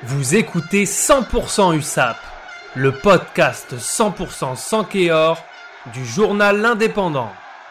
Vous écoutez 100% USAP, le podcast 100% sans Kéor du journal L'Indépendant.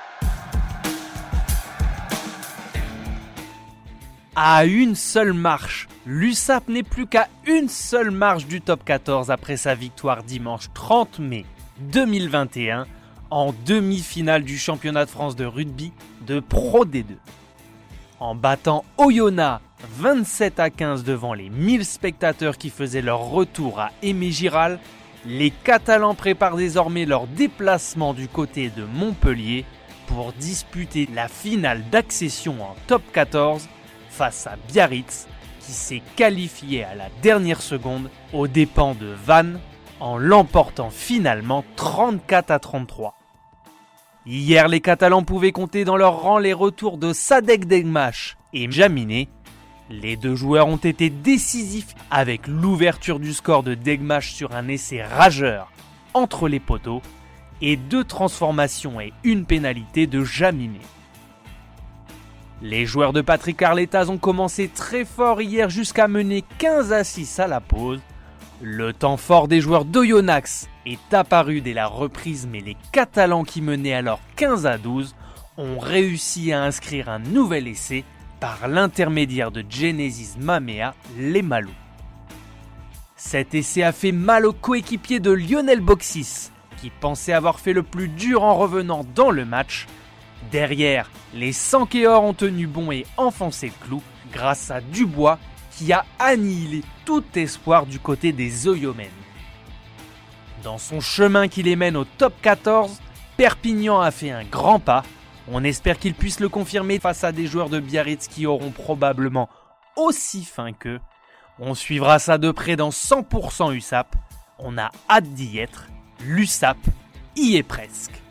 À une seule marche, l'USAP n'est plus qu'à une seule marche du top 14 après sa victoire dimanche 30 mai 2021 en demi-finale du championnat de France de rugby de Pro D2. En battant Oyonnax 27-15 devant les 1000 spectateurs qui faisaient leur retour à Aimé-Giral, les Catalans préparent désormais leur déplacement du côté de Montpellier pour disputer la finale d'accession en top 14 face à Biarritz qui s'est qualifié à la dernière seconde aux dépens de Vannes en l'emportant finalement 34-33. Hier, les Catalans pouvaient compter dans leur rang les retours de Sadek Degmache et Jaminet. Les deux joueurs ont été décisifs avec l'ouverture du score de Degmache sur un essai rageur entre les poteaux et 2 transformations et une pénalité de Jaminet. Les joueurs de Patrick Arlettaz ont commencé très fort hier jusqu'à mener 15-6 à la pause. Le temps fort des joueurs d'Oyonnax est apparu dès la reprise, mais les Catalans qui menaient alors 15-12 ont réussi à inscrire un nouvel essai par l'intermédiaire de Genesis Mamea Lemalou. Cet essai a fait mal aux coéquipiers de Lionel Boxis, qui pensait avoir fait le plus dur en revenant dans le match. Derrière, les Sankéors ont tenu bon et enfoncé le clou grâce à Dubois qui a annihilé tout espoir du côté des Oyomènes. Dans son chemin qui les mène au top 14, Perpignan a fait un grand pas. On espère qu'il puisse le confirmer face à des joueurs de Biarritz qui auront probablement aussi faim qu'eux. On suivra ça de près dans 100% USAP. On a hâte d'y être. L'USAP y est presque.